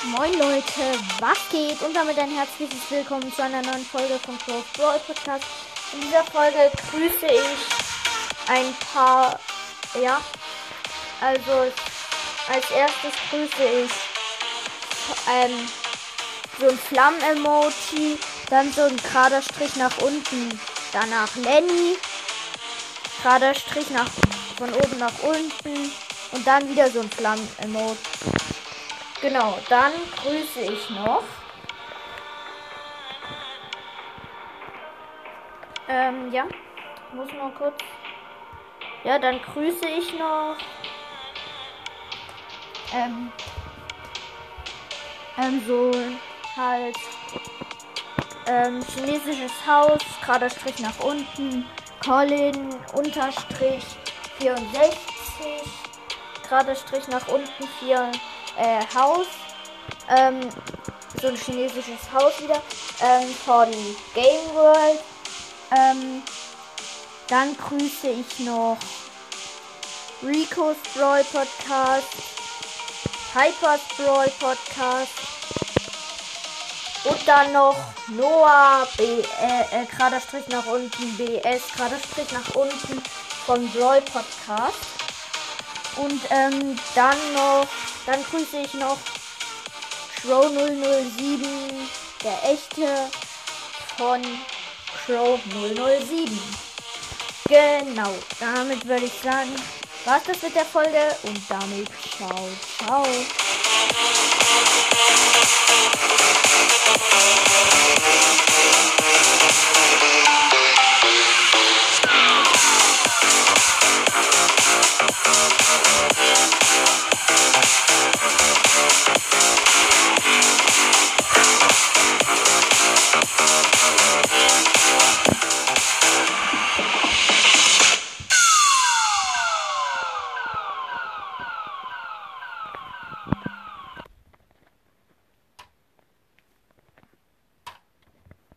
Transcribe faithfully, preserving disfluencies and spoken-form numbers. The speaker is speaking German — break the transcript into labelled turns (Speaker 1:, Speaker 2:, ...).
Speaker 1: Moin Leute, was geht? Und damit ein herzliches Willkommen zu einer neuen Folge von Crow's Brawl Podcast. In dieser Folge grüße ich ein paar, ja, also als erstes grüße ich ähm, so ein Flammen-Emoji, dann so ein gerader Strich nach unten, danach Lenny, gerader Strich nach, von oben nach unten und dann wieder so ein Flammen-Emoji. Genau, dann grüße ich noch. Ähm, ja. Muss mal kurz. Ja, dann grüße ich noch. Ähm. Ähm, so halt. Ähm, chinesisches Haus, gerader Strich nach unten. Colin, Unterstrich vierundsechzig. Gerader Strich nach unten, vier. Äh, Haus, ähm, so ein chinesisches Haus wieder, ähm, von Game World, ähm, dann grüße ich noch Rico's Brawl Podcast, Hyper's Brawl Podcast und dann noch Noah, B, äh, äh, gerader Strich nach unten, B S, gerader Strich nach unten von Brawl Podcast und, ähm, dann noch Dann grüße ich noch Crow null null sieben, der echte von Crow null null sieben. Genau, damit würde ich sagen, war's das mit der Folge und damit ciao, ciao.